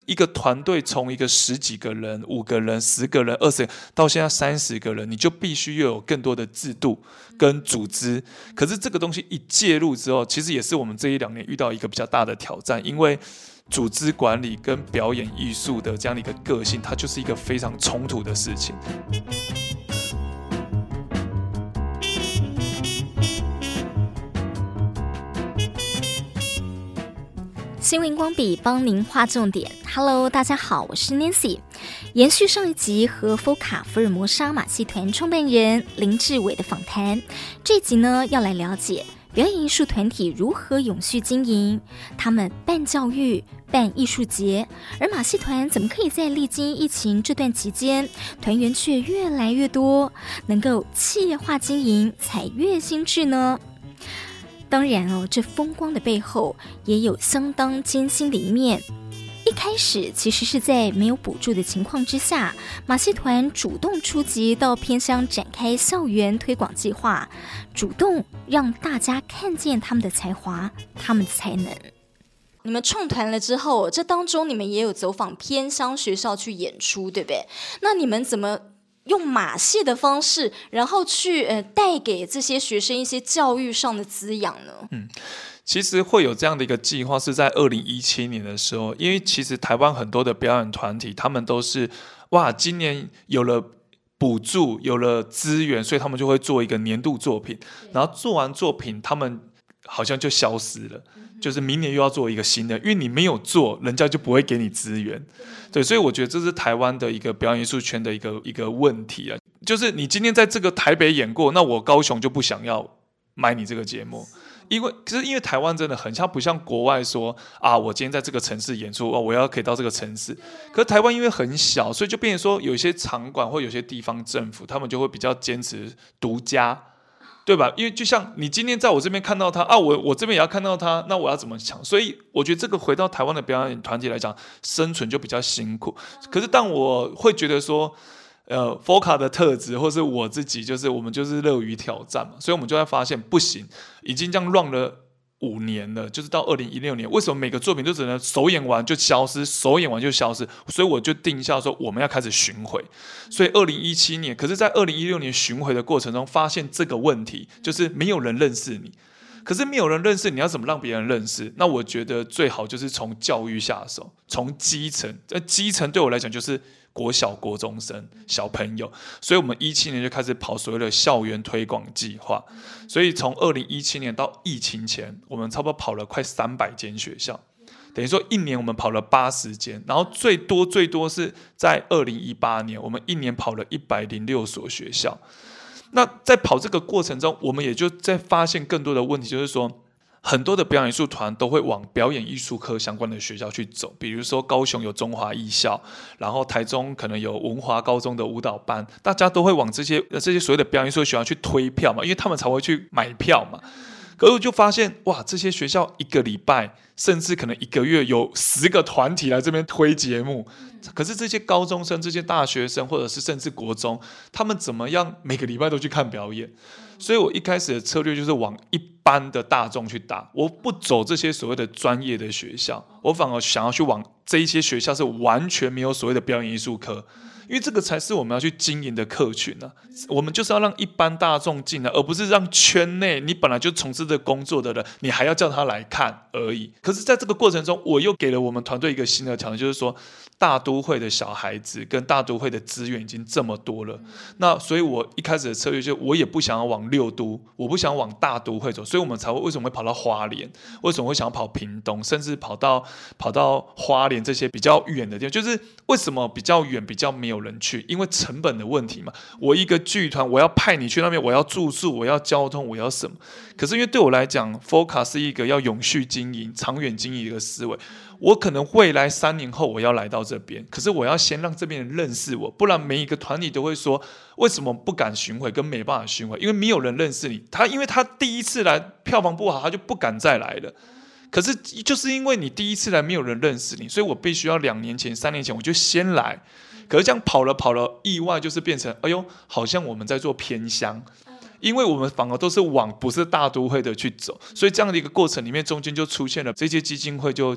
一个团队从一个10几个人、5个人、10个人、20个到现在30个人，你就必须要有更多的制度跟组织。可是这个东西一介入之后，其实也是我们这1-2年遇到一个比较大的挑战，因为组织管理跟表演艺术的这样的一个个性，它就是一个非常冲突的事情。 新闻光笔帮您画重点。Hello， 大家好，我是 Nancy。延续上一集和FOCA福尔摩沙马戏团创办人林志伟的访谈，这集呢要来了解表演艺术团体如何永续经营，他们办教育、办艺术节，而马戏团怎么可以在历经疫情这段期间，团员却越来越多，能够企业化经营，才越精致呢？当然这风光的背后也有相当艰辛的一面。一开始其实是在没有补助的情况之下，马戏团主动出击到偏乡展开校园推广计划，主动让大家看见他们的才华，他们的才能。你们创团了之后，这当中你们也有走访偏乡学校去演出，对不对？那你们怎么用马戏的方式，然后去带给这些学生一些教育上的滋养呢？ 其实会有这样的一个计划是在2017年的时候，因为其实台湾很多的表演团体，他们都是今年有了补助，有了资源，所以他们就会做一个年度作品，然后做完作品，他们好像就消失了，就是明年又要做一个新的，因为你没有做，人家就不会给你资源。对，所以我觉得这是台湾的一个表演艺术圈的一个问题啊，就是你今天在这个台北演过，那我高雄就不想要买你这个节目。因为台湾真的很像，不像国外说我今天在这个城市演出，我要可以到这个城市。可是台湾因为很小，所以就变成说有一些场馆或有些地方政府，他们就会比较坚持独家，对吧？因为就像你今天在我这边看到他我这边也要看到他，那我要怎么抢？所以我觉得这个回到台湾的表演团体来讲，生存就比较辛苦。可是当我会觉得说FOCA 的特质，或是我自己，就是我们就是乐于挑战嘛，所以我们就会发现不行，已经这样 run 了5年了，就是到2016年，为什么每个作品都只能首演完就消失，首演完就消失？所以我就定下说我们要开始巡回，所以2017年，可是在2016年巡回的过程中，发现这个问题，就是没有人认识你。可是没有人认识你，要怎么让别人认识？那我觉得最好就是从教育下手，从基层。基层对我来讲就是国小、国中生、小朋友，所以我们2017年就开始跑所谓的校园推广计划。所以从2017年到疫情前，我们差不多跑了快300间学校，等于说1年我们跑了80间，然后最多是在2018年，我们1年跑了106所学校。那在跑这个过程中，我们也就在发现更多的问题，就是说很多的表演艺术团都会往表演艺术科相关的学校去走，比如说高雄有中华艺校，然后台中可能有文华高中的舞蹈班，大家都会往这些所谓的表演艺术学校去推票嘛，因为他们才会去买票嘛。可是我就发现这些学校1个礼拜甚至可能1个月有10个团体来这边推节目，可是这些高中生、这些大学生，或者是甚至国中，他们怎么样每个礼拜都去看表演？所以我一开始的策略就是往一般的大众去打，我不走这些所谓的专业的学校，我反而想要去往这一些学校是完全没有所谓的表演艺术科，因为这个才是我们要去经营的客群啊。我们就是要让一般大众进来，而不是让圈内你本来就从事这工作的人，你还要叫他来看而已。可是在这个过程中，我又给了我们团队一个新的挑战，就是说大都会的小孩子跟大都会的资源已经这么多了，那所以我一开始的策略就是我也不想要往6都，我不想往大都会走，所以我们才会为什么会跑到花莲，为什么会想要跑屏东，甚至跑到花莲这些比较远的地方，就是为什么比较远比较没有人去，因为成本的问题嘛。我一个剧团我要派你去那边，我要住宿，我要交通，我要什么？可是因为对我来讲 FOCA 是一个要永续经营、长远经营的一个思维，我可能未来3年后我要来到这边，可是我要先让这边人认识我，不然每一个团体都会说为什么不敢巡回跟没办法巡回，因为没有人认识你，因为他第一次来票房不好，他就不敢再来了。可是就是因为你第一次来没有人认识你，所以我必须要2年前、3年前我就先来。可是这样跑了，意外就是变成好像我们在做偏乡，因为我们反而都是往不是大都会的去走，所以这样的一个过程里面，中间就出现了这些基金会就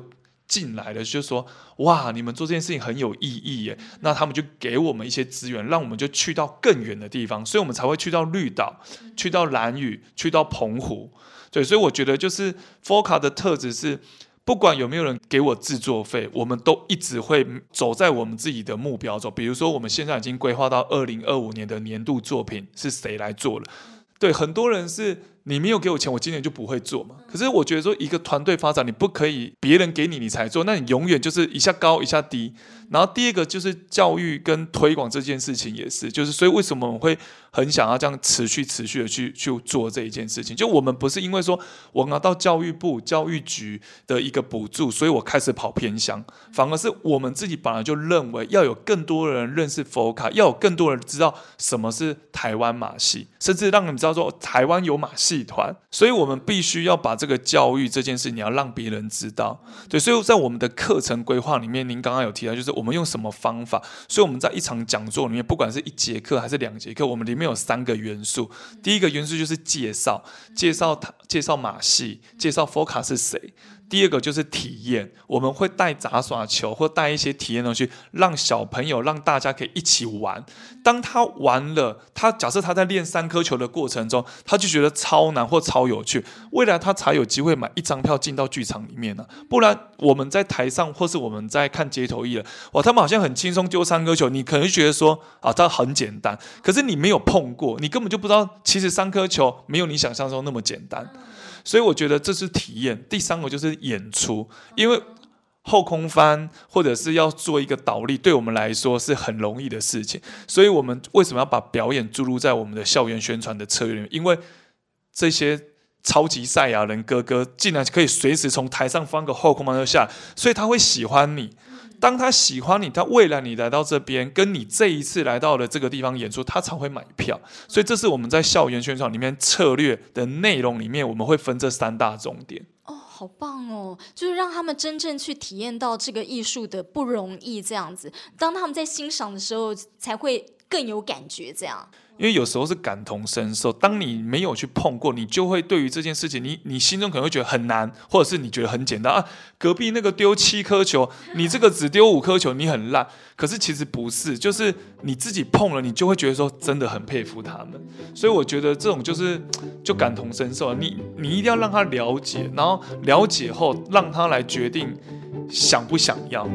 进来了，就说哇，你们做这件事情很有意义耶。那他们就给我们一些资源，让我们就去到更远的地方，所以我们才会去到绿岛，去到兰屿，去到澎湖。对，所以我觉得就是 FOCA 的特质是，不管有没有人给我制作费，我们都一直会走在我们自己的目标走。比如说，我们现在已经规划到2025年的年度作品是谁来做了。对，很多人是你没有给我钱，我今年就不会做嘛。可是我觉得说，一个团队发展，你不可以别人给你才做，那你永远就是一下高一下低。然后第二个就是教育跟推广这件事情也是，就是所以为什么我们会很想要这样持续的去做这一件事情？就我们不是因为说我拿到教育部教育局的一个补助，所以我开始跑偏乡，反而是我们自己本来就认为要有更多人认识 FOCA， 要有更多人知道什么是台湾马戏，甚至让你们知道说台湾有马戏团，所以我们必须要把这个教育这件事，你要让别人知道。对，所以在我们的课程规划里面，您刚刚有提到，就是我们用什么方法？所以我们在一场讲座里面，不管是1节课还是2节课，我们里面有3个元素。第一个元素就是介绍马戏，介绍 FOCA 是谁。第二个就是体验，我们会带杂耍球或带一些体验东西，让小朋友让大家可以一起玩。当他玩了，假设他在练3颗球的过程中，他就觉得超难或超有趣，未来他才有机会买1张票进到剧场里面不然我们在台上或是我们在看街头艺人，哇，他们好像很轻松丢3颗球，你可能觉得说它很简单，可是你没有碰过，你根本就不知道其实3颗球没有你想象中那么简单。所以我觉得这是体验。第3个就是演出，因为后空翻或者是要做一个倒立，对我们来说是很容易的事情。所以我们为什么要把表演注入在我们的校园宣传的策略里面？因为这些超级赛亚人哥哥竟然可以随时从台上翻个后空翻就下来，所以他会喜欢你。当他喜欢你，他未来你来到这边，跟你这一次来到了这个地方演出，他才会买票。所以这是我们在校园宣传里面策略的内容里面，我们会分这3大重点。 好棒哦！就是让他们真正去体验到这个艺术的不容易，这样子，当他们在欣赏的时候，才会更有感觉。这样。 因为有时候是感同身受，当你没有去碰过，你就会对于这件事情，你心中可能会觉得很难，或者是你觉得很简单隔壁那个丢7颗球，你这个只丢5颗球，你很烂。可是其实不是，就是你自己碰了，你就会觉得说真的很佩服他们。所以我觉得这种就感同身受，你一定要让他了解，然后了解后让他来决定想不想要。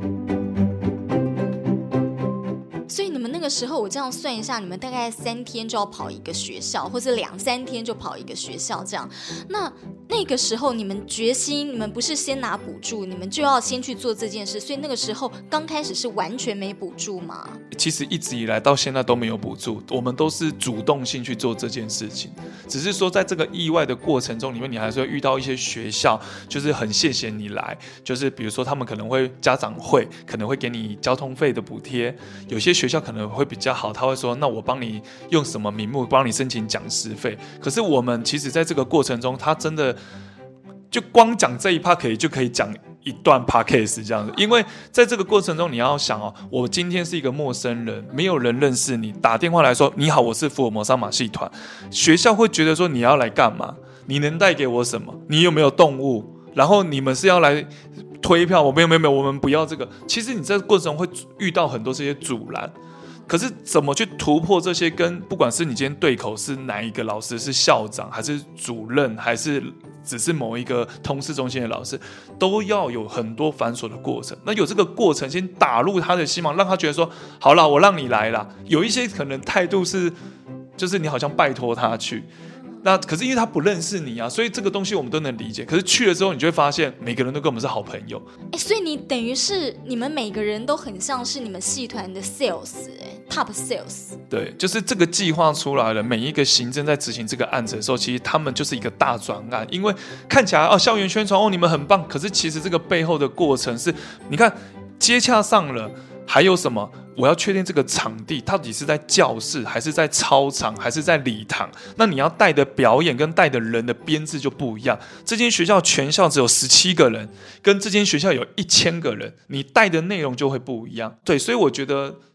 所以你们那个时候，我这样算一下，你们大概3天就要跑一个学校，或者2-3天就跑一个学校这样。那个时候你们决心，你们不是先拿补助，你们就要先去做这件事。所以那个时候刚开始是完全没补助吗？ 其实一直以来到现在都没有补助，我们都是主动性去做这件事情。只是说在这个意外的过程中里面，你还是会遇到一些学校，就是很谢谢你来，就是比如说他们可能会家长会可能会给你交通费的补贴，有些学校可能会比较好，他会说那我帮你用什么名目帮你申请讲师费。可是我们其实在这个过程中，他真的就光讲这一 part 就可以讲一段 podcast 这样子。因为在这个过程中你要想我今天是一个陌生人，没有人认识你，打电话来说你好，我是福尔摩沙马戏团，学校会觉得说你要来干嘛，你能带给我什么，你有没有动物，然后你们是要来推票，没有，我们不要这个。其实你在过程中会遇到很多这些阻拦，可是怎么去突破这些，跟不管是你今天对口是哪一个老师，是校长还是主任，还是只是某一个通识中心的老师，都要有很多繁琐的过程。那有这个过程先打入他的心房，让他觉得说好啦，我让你来啦。有一些可能态度是就是你好像拜托他去，那可是因为他不认识你所以这个东西我们都能理解。可是去了之后，你就会发现每个人都跟我们是好朋友。 所以你等于是你们每个人都很像是你们戏团的 sales top sales。 对，就是这个计划出来了，每一个行政在执行这个案子的时候，其实他们就是一个大专案。因为看起来校园宣传你们很棒，可是其实这个背后的过程是，你看接洽上了。还有什么？我要确定这个场地到底是在教室，还是在操场，还是在礼堂？那你要带的表演跟带的人的编制就不一样。这间学校全校只有17个人，跟这间学校有1000个人，你带的内容就会不一样。对，所以我觉得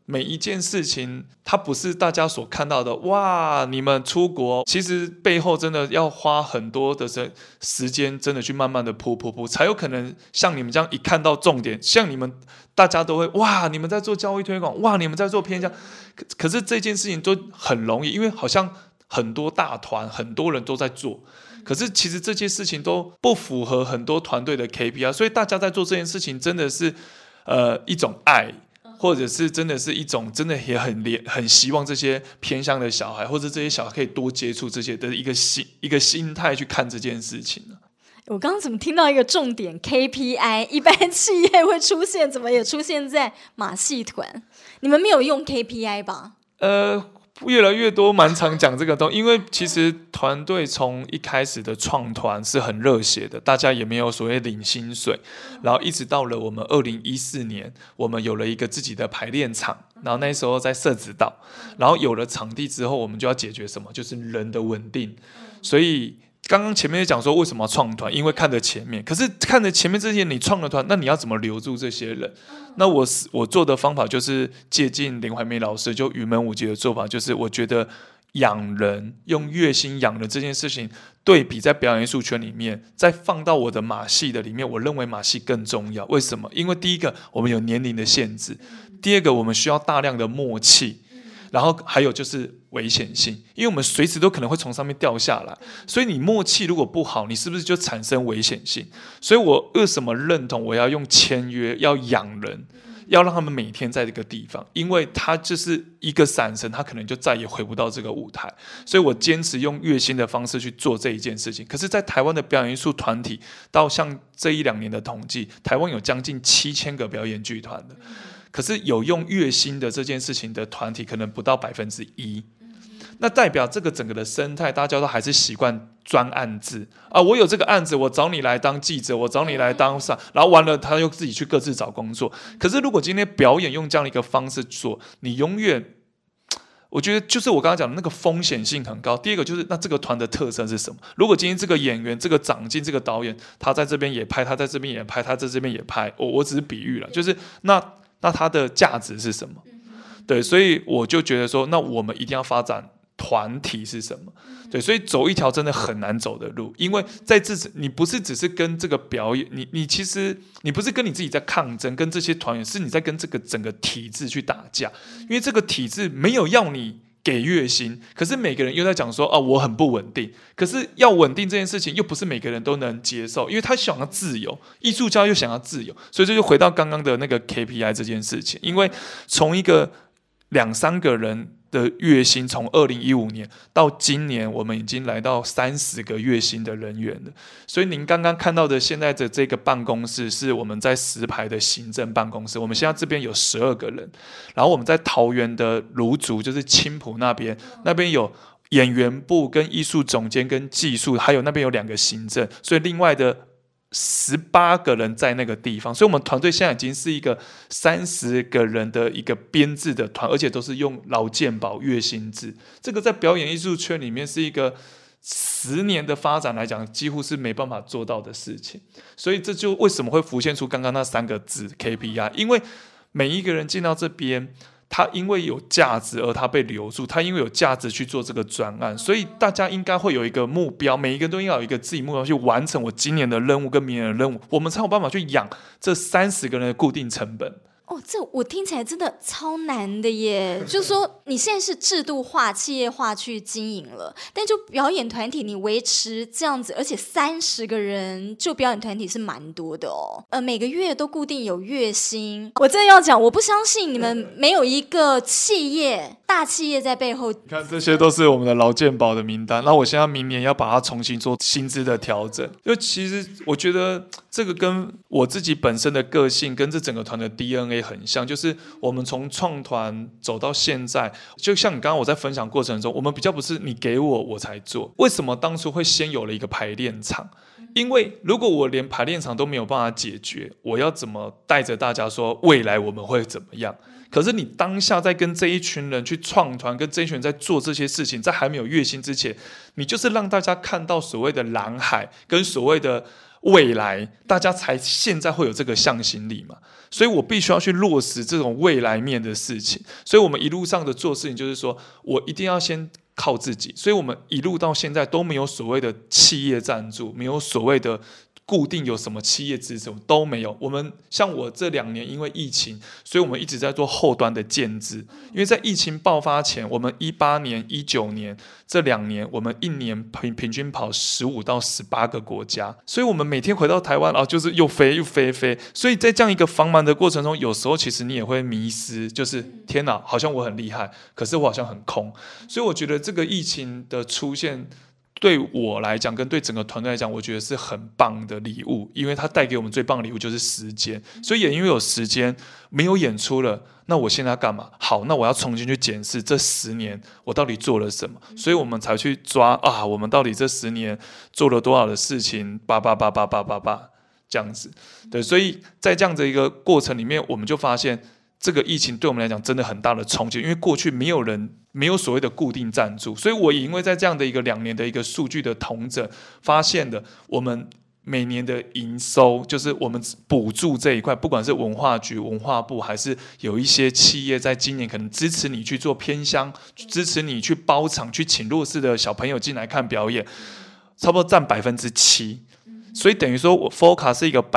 每一件事情它不是大家所看到的，哇你们出国其实背后真的要花很多的时间，真的去慢慢的铺才有可能像你们这样一看到重点，像你们大家都会哇你们在做教育推广，哇你们在做偏向，可是这件事情都很容易，因为好像很多大团很多人都在做，可是其实这些事情都不符合很多团队的 KPI， 所以大家在做这件事情真的是一种爱，或者是真的是一种真的也很希望这些偏乡的小孩或者这些小孩可以多接触这些的一个心态去看这件事情。 我刚刚怎么听到一个重点 KPI， 一般企业会出现，怎么也出现在马戏团？你们没有用 KPI 吧？ 越来越多蛮常讲这个东西，因为其实团队从一开始的创团是很热血的，大家也没有所谓领薪水，然后一直到了我们2014年，我们有了一个自己的排练场，然后那时候在社子岛，然后有了场地之后，我们就要解决什么，就是人的稳定，所以刚刚前面也讲说为什么要创团，因为看着前面，可是看着前面这些你创了团，那你要怎么留住这些人？那我做的方法就是借鉴林怀民老师就云门舞集的做法，就是我觉得养人，用月薪养人这件事情，对比在表演艺术圈里面，再放到我的马戏的里面，我认为马戏更重要。为什么？因为第一个我们有年龄的限制，第二个我们需要大量的默契，然后还有就是危险性，因为我们随时都可能会从上面掉下来，所以你默契如果不好，你是不是就产生危险性？所以我为什么认同我要用签约，要养人，要让他们每天在这个地方，因为他就是一个闪神，他可能就再也回不到这个舞台，所以我坚持用月薪的方式去做这一件事情。可是在台湾的表演艺术团体，到像这1-2年的统计，台湾有将近7000个表演剧团的，可是有用月薪的这件事情的团体可能不到1%，那代表这个整个的生态，大家都还是习惯专案制啊。我有这个案子，我找你来当记者，我找你来当上，然后完了他又自己去各自找工作。可是如果今天表演用这样的一个方式做，你永远，我觉得就是我刚刚讲的那个风险性很高。第一个就是那这个团的特色是什么？如果今天这个演员、这个长进、这个导演，他在这边也拍，他在这边也拍，他在这边也拍，我只是比喻了，就是那他的价值是什么？对，所以我就觉得说，那我们一定要发展团体是什么？对，所以走一条真的很难走的路，因为在这你不是只是跟这个表演，你其实你不是跟你自己在抗争，跟这些团员是你在跟这个整个体制去打架，因为这个体制没有要你给月薪，可是每个人又在讲说我很不稳定，可是要稳定这件事情又不是每个人都能接受，因为他想要自由，艺术家又想要自由，所以这就回到刚刚的那个 KPI 这件事情，因为从一个2-3个人的月薪，从2015年到今年，我们已经来到30个月薪的人员了。所以您刚刚看到的现在的这个办公室，是我们在石牌的行政办公室。我们现在这边有12个人，然后我们在桃园的芦竹，就是青埔那边有演员部跟艺术总监跟技术，还有那边有2个行政，所以另外的18个人在那个地方，所以我们团队现在已经是一个30个人的一个编制的团，而且都是用劳健保月薪制。这个在表演艺术圈里面是一个10年的发展来讲，几乎是没办法做到的事情。所以这就为什么会浮现出刚刚那3个字 KPI， 因为每一个人进到这边，他因为有价值而他被留住，他因为有价值去做这个专案，所以大家应该会有一个目标，每一个人都应该有一个自己目标去完成我今年的任务跟明年的任务，我们才有办法去养这30个人的固定成本。 这我听起来真的超难的耶！就是说，你现在是制度化、企业化去经营了，但就表演团体，你维持这样子，而且30个人，就表演团体是蛮多的哦。每个月都固定有月薪。我真的要讲，我不相信你们没有一个企业、大企业在背后。你看，这些都是我们的劳健保的名单。那我现在明年要把它重新做薪资的调整。就其实我觉得这个跟我自己本身的个性，跟这整个团的 DNA。很像，就是我们从创团走到现在，就像你刚刚我在分享过程中，我们比较不是你给我才做。为什么当初会先有了一个排练场？因为如果我连排练场都没有办法解决，我要怎么带着大家说未来我们会怎么样？可是你当下在跟这一群人去创团，跟这一群人在做这些事情，在还没有月薪之前，你就是让大家看到所谓的蓝海跟所谓的未来，大家才现在会有这个向心力嘛。所以我必须要去落实这种未来面的事情。所以我们一路上的做事情就是说，我一定要先靠自己。所以我们一路到现在都没有所谓的企业赞助，没有所谓的固定有什么企业支持都没有。我们像我这2年因为疫情，所以我们一直在做后端的建制。因为在疫情爆发前，我们18年、19年这2年，我们一年平均跑15到18个国家，所以我们每天回到台湾，就是又飞。所以在这样一个繁忙的过程中，有时候其实你也会迷失，就是天哪，好像我很厉害，可是我好像很空。所以我觉得这个疫情的出现，对我来讲跟对整个团队来讲，我觉得是很棒的礼物，因为它带给我们最棒的礼物就是时间。所以也因为有时间，没有演出了，那我现在要干嘛？好，那我要重新去检视这10年我到底做了什么，所以我们才去抓我们到底这10年做了多少的事情，这样子。对，所以在这样的一个过程里面，我们就发现这个疫情对我们来讲真的很大的冲击，因为过去没有所谓的固定赞助，所以我也因为在这样的一个2年的一个数据的统整，发现的我们每年的营收，就是我们补助这一块，不管是文化局、文化部，还是有一些企业在今年可能支持你去做偏乡，支持你去包场，去请弱势的小朋友进来看表演，差不多占7%。所以等于说我 FOCA 是一个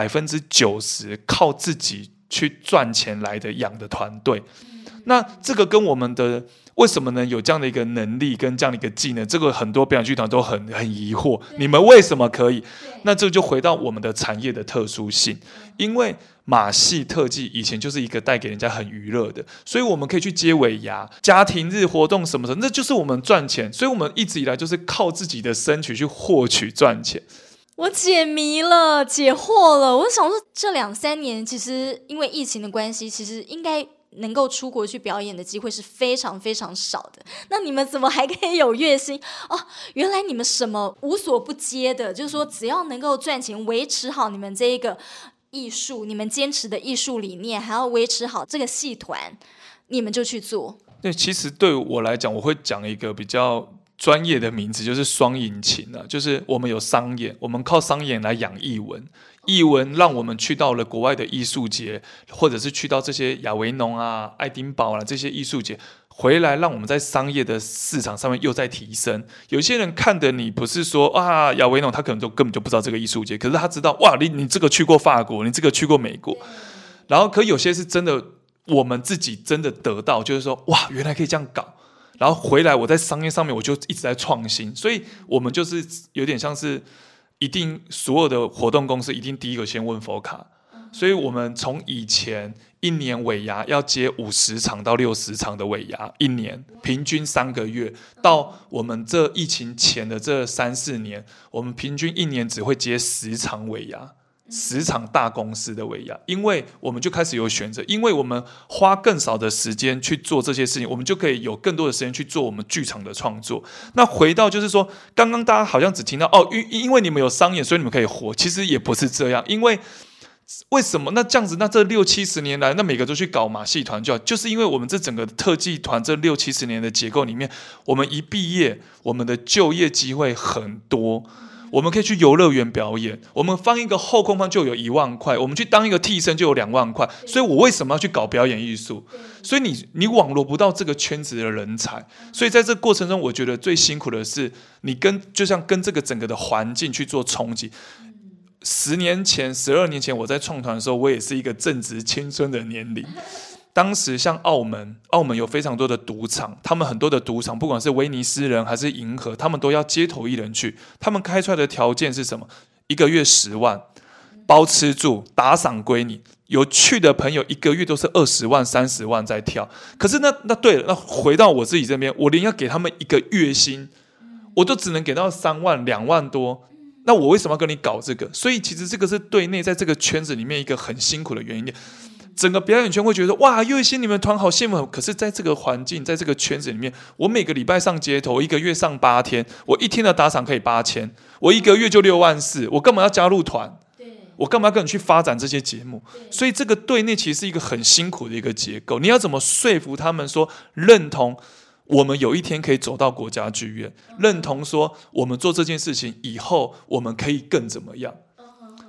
90%靠自己去赚钱来的养的团队。那这个跟我们的为什么能有这样的一个能力跟这样的一个技能，这个很多表演剧团都很疑惑，你们为什么可以？那这就回到我们的产业的特殊性，因为马戏特技以前就是一个带给人家很娱乐的，所以我们可以去接尾牙、家庭日活动什么的，那就是我们赚钱。所以我们一直以来就是靠自己的身体去获取赚钱。 我解谜了，解惑了。我想说，这2-3年其实因为疫情的关系，其实应该能够出国去表演的机会是非常非常少的。那你们怎么还可以有月薪？原来你们什么无所不接的，就是说只要能够赚钱，维持好你们这一个艺术，你们坚持的艺术理念，还要维持好这个戏团，你们就去做。 对，其实对我来讲，我会讲一个比较专业的名字，就是双引擎啊，就是我们有商演，我们靠商演来养艺文，艺文让我们去到了国外的艺术节，或者是去到这些亚维农啊、爱丁堡啊这些艺术节，回来让我们在商业的市场上面又在提升。有些人看的你不是说亚维农，他可能根本就不知道这个艺术节，可是他知道你这个去过法国，你这个去过美国，然后可有些是真的，我们自己真的得到，就是说原来可以这样搞。然后回来，我在商业上面我就一直在创新，所以我们就是有点像是一定所有的活动公司一定第一个先问FOCA，所以我们从以前1年尾牙要接50场到60场的尾牙，1年平均3个月，到我们这疫情前的这3-4年，我们平均1年只会接10场尾牙。10场大公司的尾牙，因为我们就开始有选择，因为我们花更少的时间去做这些事情，我们就可以有更多的时间去做我们剧场的创作。那回到就是说，刚刚大家好像只听到因为你们有商演，所以你们可以活，其实也不是这样。因为什么？那这样子，那这60-70年来，那每个都去搞马戏团就是因为我们这整个特技团这60-70年的结构里面，我们一毕业，我们的就业机会很多。我们可以去游乐园表演，我们放一个后空翻就有1万块，我们去当一个替身就有2万块，所以我为什么要去搞表演艺术？所以你网罗不到这个圈子的人才，所以在这个过程中，我觉得最辛苦的是你就像跟这个整个的环境去做冲击。10年前、12年前，我在创团的时候，我也是一个正值青春的年龄。当时像澳门有非常多的赌场，他们很多的赌场，不管是威尼斯人还是银河，他们都要街头艺人去。他们开出来的条件是什么？1个月10万，包吃住，打赏归你。有去的朋友1个月都是20万、30万在跳。可是那对了，那回到我自己这边，我连要给他们1个月薪，我都只能给到3万、2万多。那我为什么要跟你搞这个？所以其实这个是对内在这个圈子里面一个很辛苦的原因。整个表演圈会觉得月薪你们团好羡慕，可是在这个环境，在这个圈子里面，我每个礼拜上街头，我1个月上8天，我1天的打赏可以8000，我1个月就6万4，我干嘛要加入团？我干嘛要跟你去发展这些节目？所以这个对内其实是一个很辛苦的一个结构，你要怎么说服他们说认同我们有一天可以走到国家剧院，认同说我们做这件事情以后我们可以更怎么样？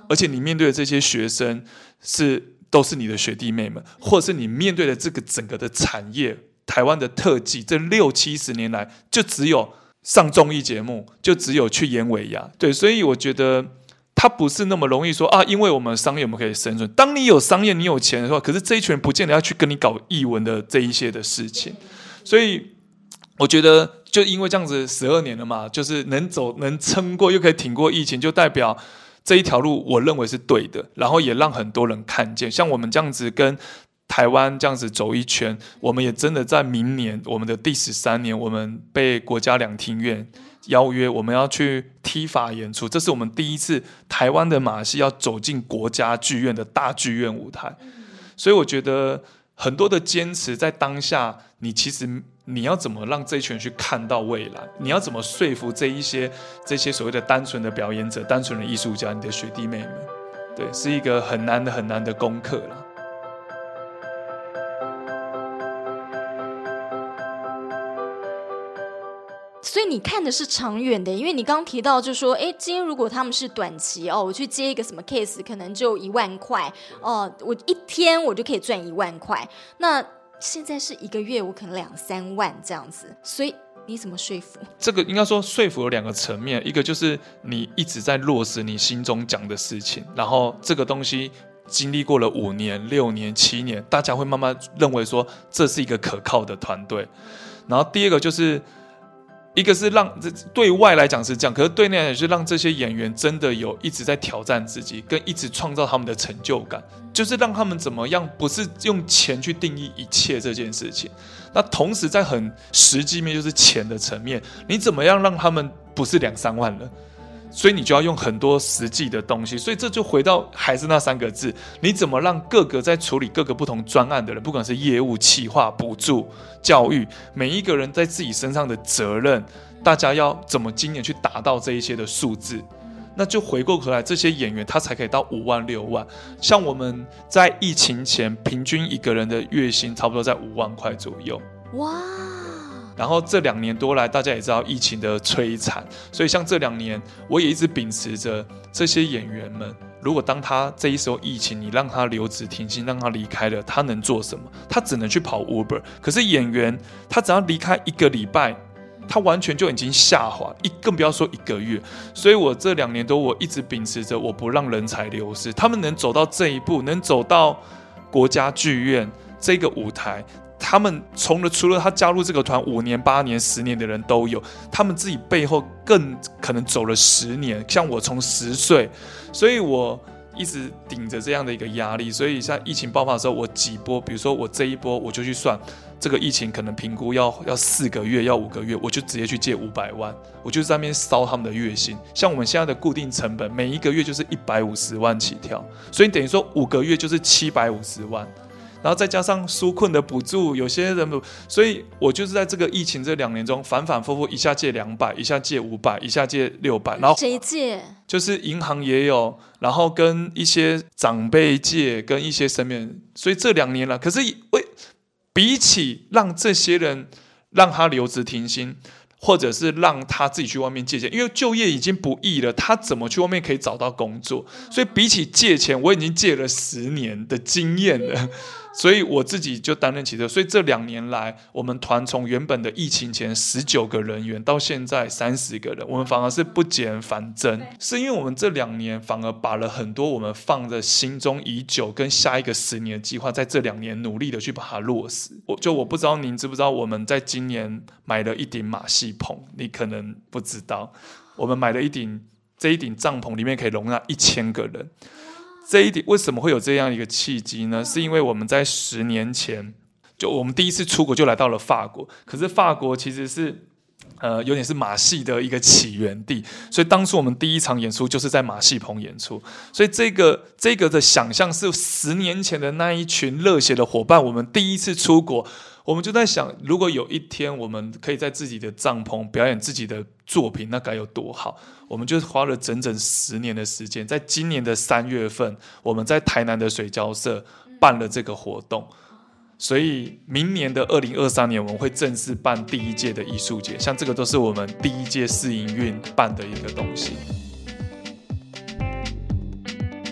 而且你面对的这些学生都是你的学弟妹们，或者是你面对的这个整个的产业，台湾的特技这60-70年来就只有上综艺节目，就只有去演尾牙。对，所以我觉得它不是那么容易说啊，因为我们商业我们可以生存。当你有商业你有钱的话，可是这一群人不见得要去跟你搞艺文的这一些的事情。所以我觉得就因为这样子12年了嘛，就是能撑过又可以挺过疫情，就代表这一条路我认为是对的，然后也让很多人看见。像我们这样子跟台湾这样子走一圈，我们也真的在明年我们的第13年，我们被国家两厅院邀约，我们要去踢法演出，这是我们第一次台湾的马戏要走进国家剧院的大剧院舞台。所以我觉得很多的坚持在当下，其实你要怎么让这一群人去看到未来，你要怎么说服这些所谓的单纯的表演者、单纯的艺术家，你的学弟妹们，对，是一个很难的功课啦。 所以你看的是长远的，因为你刚刚提到就是说，今天如果他们是短期我去接一个什么 case， 可能就1万块我一天我就可以赚1万块。那现在是1个月我可能2-3万这样子，所以你怎么说服？这个应该说说服有2个层面，一个就是你一直在落实你心中讲的事情，然后这个东西经历过了5年、6年、7年，大家会慢慢认为说这是一个可靠的团队。然后第二个就是一个是让对外来讲是这样，可是对内来讲是让这些演员真的有一直在挑战自己，跟一直创造他们的成就感，就是让他们怎么样，不是用钱去定义一切这件事情。那同时在很实际面，就是钱的层面，你怎么样让他们不是2-3万了？所以你就要用很多实际的东西，所以这就回到还是那3个字，你怎么让各个在处理各个不同专案的人，不管是业务、企划、补助、教育，每一个人在自己身上的责任，大家要怎么今年去达到这一些的数字，那就回过头来，这些演员他才可以到5万、6万。像我们在疫情前，平均一个人的月薪差不多在5万块左右。哇！然后这2年多来，大家也知道疫情的摧残，所以像这2年，我也一直秉持着这些演员们，如果当他这一时候疫情，你让他留职停薪，让他离开了，他能做什么？他只能去跑 Uber。可是演员，他只要离开1个礼拜，他完全就已经下滑，更不要说1个月。所以我这2年多，我一直秉持着我不让人才流失，他们能走到这一步，能走到国家剧院这个舞台。他们除了他加入这个团5年、8年、10年的人都有，他们自己背后更可能走了10年。像我从10岁，所以我一直顶着这样的一个压力。所以在疫情爆发的时候，我几波，比如说我这一波，我就去算这个疫情可能评估要4个月、要5个月，我就直接去借500万，我就在那边烧他们的月薪。像我们现在的固定成本，每1个月就是150万起跳，所以等于说5个月就是750万。然后再加上纾困的补助，有些人，所以我就是在这个疫情这2年中反反复复，一下借200，一下借500，一下借600，然后谁借？就是银行也有，然后跟一些长辈借，跟一些身边人，所以这2年了。可是比起让这些人让他留职停薪，或者是让他自己去外面借钱，因为就业已经不易了，他怎么去外面可以找到工作？所以比起借钱，我已经借了10年的经验了。所以我自己就担任起这个，所以这2年来，我们团从原本的疫情前19个人员到现在30个人，我们反而是不减反增，是因为我们这2年反而把了很多我们放在心中已久跟下一个10年的计划，在这2年努力的去把它落实。我不知道您知不知道，我们在今年买了一顶马戏棚，你可能不知道，我们买了这一顶帐篷里面可以容纳1000个人。这一点为什么会有这样一个契机呢？是因为我们在10年前，就我们第一次出国就来到了法国，可是法国其实是有点是马戏的一个起源地，所以当初我们第一场演出就是在马戏棚演出，所以这个的想象是10年前的那一群热血的伙伴，我们第一次出国，我们就在想，如果有一天我们可以在自己的帐篷表演自己的作品，那该有多好。我们就花了整整10年的时间，在今年的3月份，我们在台南的水交社办了这个活动，所以明年的2023年我们会正式办第1届的艺术节，像这个都是我们第1届试营运办的一个东西。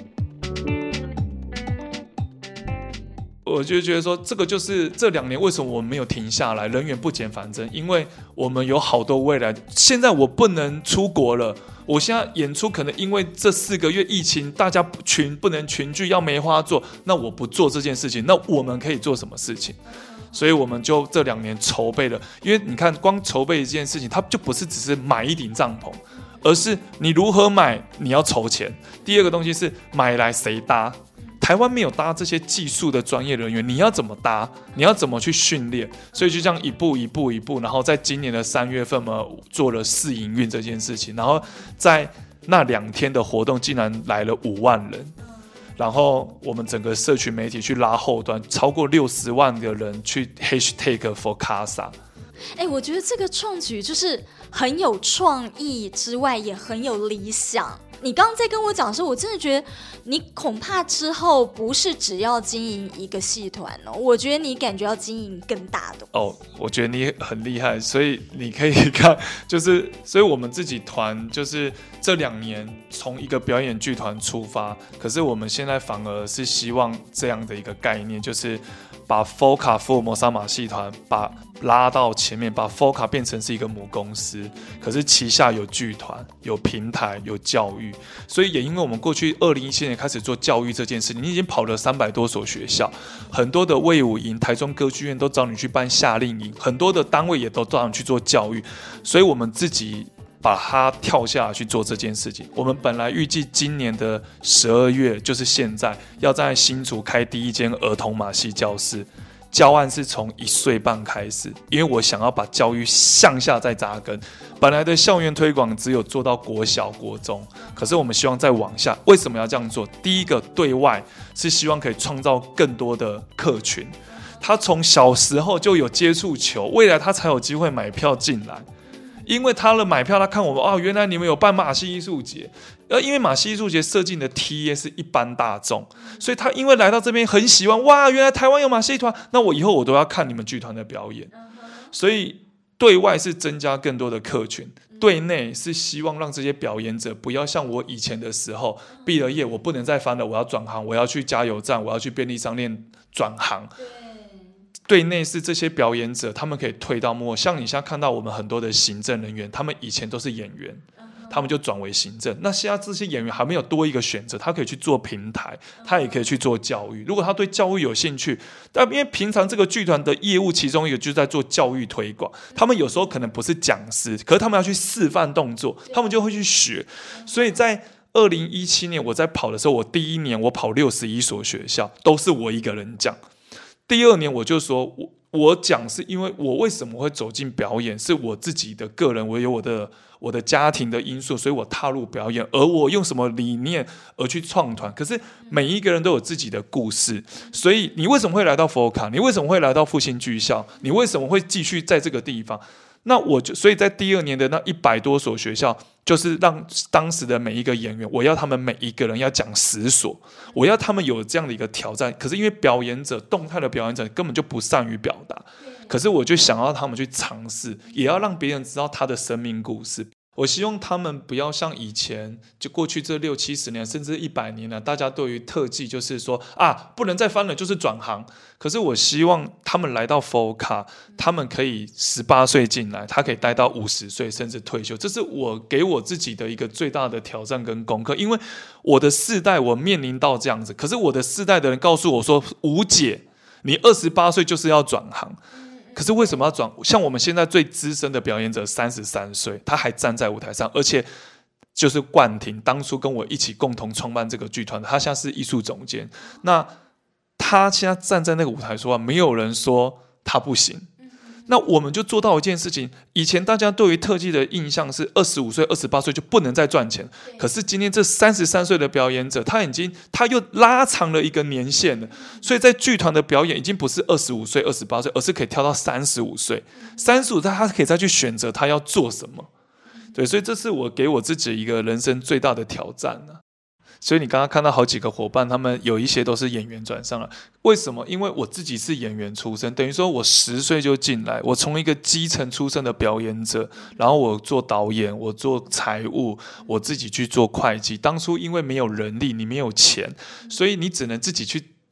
我就觉得说，这个就是这2年为什么我们没有停下来，人员不减反增，因为我们有好多未来。现在我不能出国了，我现在演出可能因为这4个月疫情，大家不能群聚，要梅花座，那我不做这件事情，那我们可以做什么事情？所以我们就这2年筹备了，因为你看，光筹备一件事情，它就不是只是买一顶帐篷，而是你如何买，你要筹钱。第二个东西是买来谁搭。台湾没有搭这些技术的专业人员，你要怎么搭？你要怎么去训练？所以就这样一步，然后在今年的3月份嘛，做了试营运这件事情，然后在那2天的活动竟然来了5万人，然后我们整个社群媒体去拉后端，超过60万个人去 hashtag for Casa。 我觉得这个创举就是很有创意之外，也很有理想。你刚刚在跟我讲的时候，我真的觉得你恐怕之后不是只要经营一个戏团哦，我觉得你感觉要经营更大的哦。我觉得你很厉害，所以你可以看，就是所以我们自己团就是这2年从一个表演剧团出发，可是我们现在反而是希望这样的一个概念，就是把 FOCA 福尔摩沙马戏团拉到前面，把 FOCA 变成是一个母公司，可是旗下有剧团、有平台、有教育，所以也因为我们过去2017年开始做教育这件事，你已经跑了300多所学校，很多的卫武营、台中歌剧院都找你去办夏令营，很多的单位也都找你去做教育，所以我们自己把它跳下来去做这件事情。我们本来预计今年的12月，就是现在要在新竹开第1间儿童马戏教室。教案是从1岁半开始，因为我想要把教育向下再扎根。本来的校园推广只有做到国小、国中，可是我们希望再往下。为什么要这样做？第一个，对外是希望可以创造更多的客群，他从小时候就有接触球，未来他才有机会买票进来。因为他的买票，他看我们原来你们有办马戏艺术节，因为马戏艺术节设计的 TA 是一般大众，所以他因为来到这边很喜欢，哇，原来台湾有马戏团，那我以后我都要看你们剧团的表演。所以对外是增加更多的客群，对内是希望让这些表演者不要像我以前的时候，毕了业我不能再翻了，我要转行，我要去加油站，我要去便利商店转行。对内是这些表演者，他们可以退到幕后，像你现在看到我们很多的行政人员，他们以前都是演员，他们就转为行政。那现在这些演员还没有多一个选择，他可以去做平台，他也可以去做教育。如果他对教育有兴趣，但因为平常这个剧团的业务其中一个就是在做教育推广，他们有时候可能不是讲师，可是他们要去示范动作，他们就会去学。所以在2017年我在跑的时候，我第1年我跑61所学校，都是我一个人讲。第2年我就说，我讲是因为我为什么会走进表演，是我自己的个人，我有我的家庭的因素，所以我踏入表演，而我用什么理念而去创团。可是每一个人都有自己的故事，所以你为什么会来到FOCA？你为什么会来到复兴剧校？你为什么会继续在这个地方？那所以在第2年的那100多所学校，就是让当时的每一个演员，我要他们每一个人要讲10所，我要他们有这样的一个挑战。可是因为表演者，动态的表演者根本就不善于表达，可是我就想要他们去尝试，也要让别人知道他的生命故事。我希望他们不要像以前，就过去这60-70年甚至100年了，大家对于特技就是说不能再翻了，就是转行。可是我希望他们来到 FOCA， 他们可以18岁进来，他可以待到50岁甚至退休。这是我给我自己的一个最大的挑战跟功课，因为我的世代我面临到这样子，可是我的世代的人告诉我说，无解，你28岁就是要转行。可是为什么要转？像我们现在最资深的表演者33岁，他还站在舞台上，而且就是冠廷，当初跟我一起共同创办这个剧团的，他现在是艺术总监。那他现在站在那个舞台说没有人说他不行。那我们就做到一件事情，以前大家对于特技的印象是25岁、28岁就不能再赚钱，可是今天这33岁的表演者，他又拉长了一个年限了，所以在剧团的表演已经不是25岁、28岁，而是可以跳到35岁，35岁他可以再去选择他要做什么。对，所以这是我给我自己一个人生最大的挑战啊。所以你刚刚看到好几个伙伴，他们有一些都是演员转上来，为什么？因为我自己是演员出身，等于说我10岁就进来，我从一个基层出身的表演者，然后我做导演，我做财务，我自己去做会计。当初因为没有人力，你没有钱，所以你只能自己去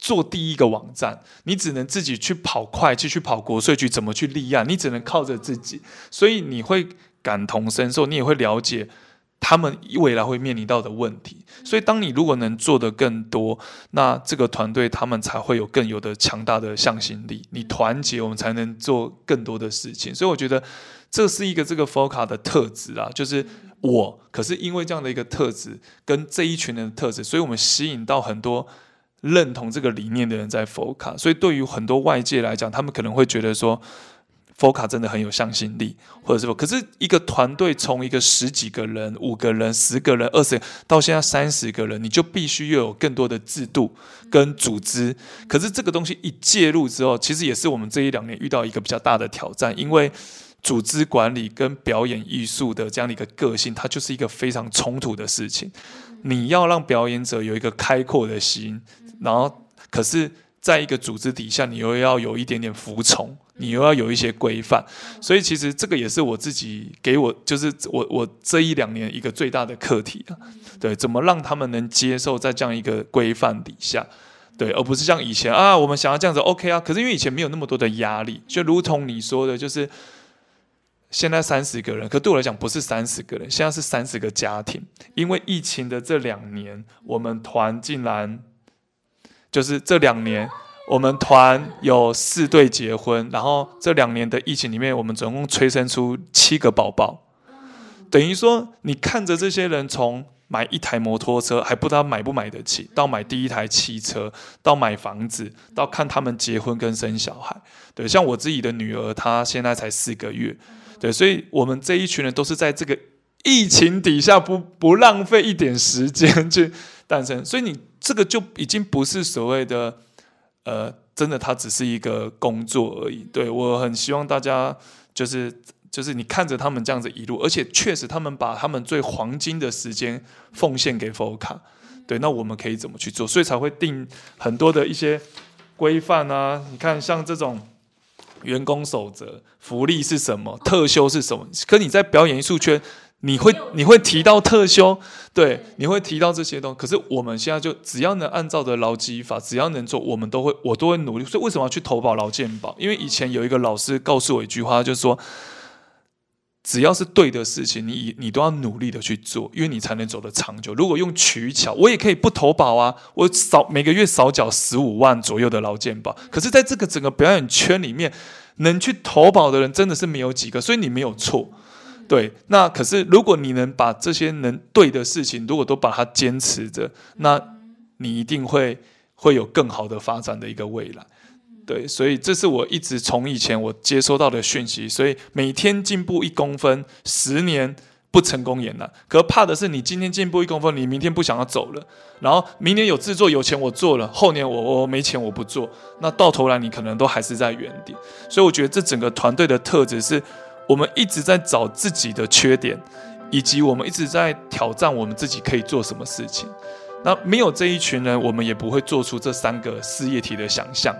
做第一个网站，你只能自己去跑会计，去跑国税局怎么去立案，你只能靠着自己，所以你会感同身受，你也会了解他们未来会面临到的问题。所以当你如果能做得更多，那这个团队他们才会有更有的强大的向心力，你团结我们才能做更多的事情。所以我觉得这是一个这个 FOCA 的特质啊，就是可是因为这样的一个特质跟这一群人的特质，所以我们吸引到很多认同这个理念的人在 FOCA。 所以对于很多外界来讲，他们可能会觉得说FOCA 真的很有向心力，或者是可是一个团队从一个10几个人、5个人、10个人、20个到现在30个人，你就必须要有更多的制度跟组织。可是这个东西一介入之后，其实也是我们这1-2年遇到一个比较大的挑战，因为组织管理跟表演艺术的这样的一个个性，它就是一个非常冲突的事情。你要让表演者有一个开阔的心，然后可是在一个组织底下，你又要有一点点服从，你又要有一些规范。所以其实这个也是我自己给我，就是我这1-2年一个最大的课题啊。对，怎么让他们能接受在这样一个规范底下，对，而不是像以前啊，我们想要这样子 OK 啊，可是因为以前没有那么多的压力，就如同你说的，就是现在30个人，可对我来讲不是30个人，现在是30个家庭。因为疫情的这2年，我们团竟然就是这2年，我们团有4对结婚，然后这2年的疫情里面，我们总共催生出7个宝宝。等于说，你看着这些人从买一台摩托车还不知道买不买得起，到买第一台汽车，到买房子，到看他们结婚跟生小孩。对，像我自己的女儿，她现在才4个月。对，所以我们这一群人都是在这个疫情底下不浪费一点时间去诞生，所以你这个就已经不是所谓的真的它只是一个工作而已。对，我很希望大家就是你看着他们这样子一路，而且确实他们把他们最黄金的时间奉献给 FOCA。 对，那我们可以怎么去做？所以才会定很多的一些规范啊。你看像这种员工守则、福利是什么、特休是什么？可你在表演艺术圈，你会提到特休，对，你会提到这些东西。可是我们现在就只要能按照着劳基法，只要能做，我都会努力。所以为什么要去投保劳健保？因为以前有一个老师告诉我一句话，就是说，只要是对的事情，你都要努力的去做，因为你才能走得长久。如果用取巧，我也可以不投保啊，我每个月少缴15万左右的劳健保。可是在这个整个表演圈里面，能去投保的人真的是没有几个，所以你没有错。对，那可是如果你能把这些能对的事情，如果都把它坚持着，那你一定会有更好的发展的一个未来。对，所以这是我一直从以前我接收到的讯息。所以每天进步1公分，10年不成功也难。可怕的是，你今天进步1公分，你明天不想要走了，然后明年有制作有钱我做了，后年我没钱我不做，那到头来你可能都还是在原点。所以我觉得这整个团队的特质是，我们一直在找自己的缺点，以及我们一直在挑战我们自己可以做什么事情。那没有这一群人，我们也不会做出这3个事业体的想象。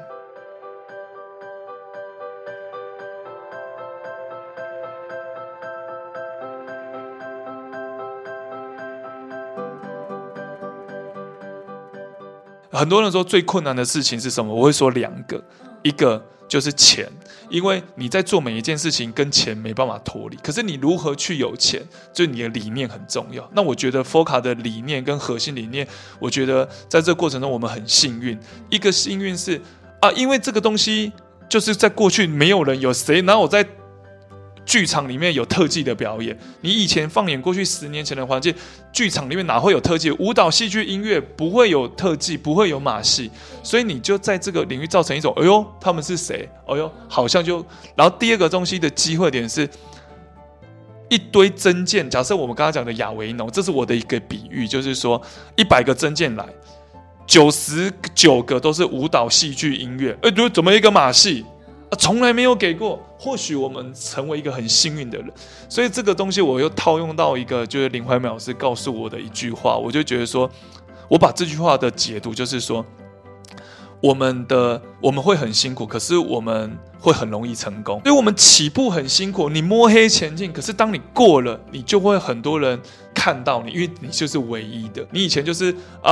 很多人说最困难的事情是什么？我会说2个，一个就是钱，因为你在做每一件事情跟钱没办法脱离。可是你如何去有钱，就你的理念很重要。那我觉得 FOCA 的理念跟核心理念，我觉得在这个过程中我们很幸运。一个幸运是因为这个东西就是在过去没有人有谁哪有在剧场里面有特技的表演。你以前放眼过去10年前的环境，剧场里面哪会有特技？舞蹈、戏剧、音乐不会有特技，不会有马戏，所以你就在这个领域造成一种哎呦他们是谁？哎呦好像就。然后第二个东西的机会点是一堆真件。假设我们刚刚讲的亚维农，这是我的一个比喻，就是说100个真件来，99个都是舞蹈、戏剧、音乐，怎么一个马戏？从来没有给过。或许我们成为一个很幸运的人。所以这个东西我又套用到一个就是林怀美老师告诉我的一句话，我就觉得说，我把这句话的解读就是说，我们会很辛苦，可是我们会很容易成功。因为我们起步很辛苦，你摸黑前进，可是当你过了，你就会很多人看到你，因为你就是唯一的。你以前就是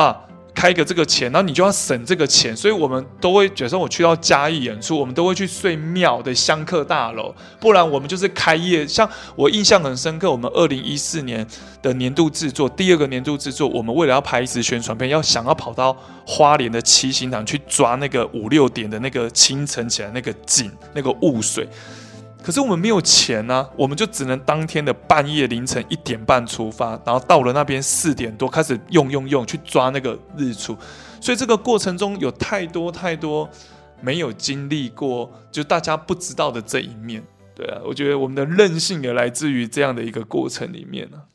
开个这个钱，然后你就要省这个钱，所以我们都会，假设我去到嘉义演出，我们都会去睡庙的香客大楼，不然我们就是开业。像我印象很深刻，我们2014年的年度制作，第2个年度制作，我们为了要拍一支宣传片，想要跑到花莲的七星潭去抓那个5、6点的那个清晨起来那个景，那个雾水。可是我们没有钱啊，我们就只能当天的半夜凌晨1点半出发，然后到了那边4点多开始用去抓那个日出，所以这个过程中有太多没有经历过，就大家不知道的这一面。对啊，我觉得我们的韧性也来自于这样的一个过程里面啊。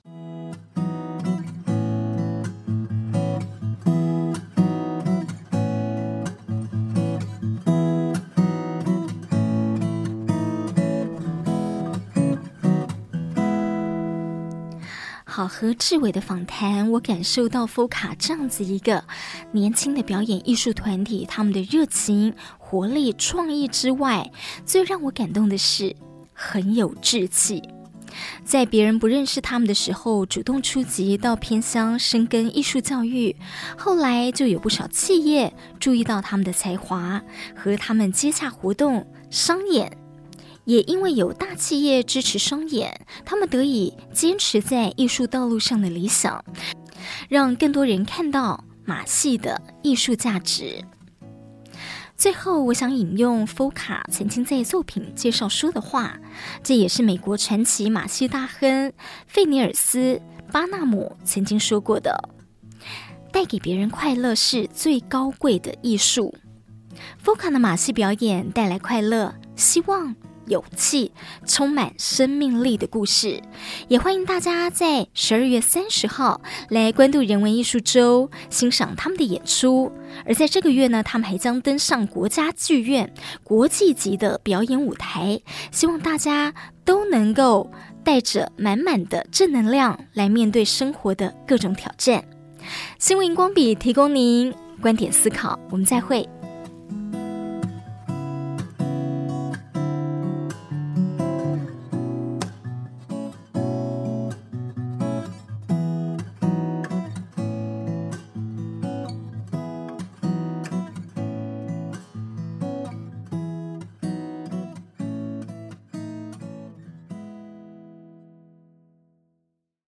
好，和志伟的访谈，我感受到 FOCA 这样子一个年轻的表演艺术团体，他们的热情、活力、创意之外，最让我感动的是很有志气。在别人不认识他们的时候，主动出击到偏乡深耕艺术教育，后来就有不少企业注意到他们的才华，和他们接洽活动、商演。也因为有大企业支持商演，他们得以坚持在艺术道路上的理想，让更多人看到马戏的艺术价值。最后，我想引用 FOCA 曾经在作品介绍说的话，这也是美国传奇马戏大亨费尼尔斯·巴纳姆曾经说过的：带给别人快乐是最高贵的艺术。FOCA 的马戏表演带来快乐、希望、勇气，充满生命力的故事。也欢迎大家在12月30号来关渡人文艺术周，欣赏他们的演出。而在这个月呢，他们还将登上国家剧院国际级的表演舞台，希望大家都能够带着满满的正能量来面对生活的各种挑战。新闻荧光笔提供您观点思考，我们再会。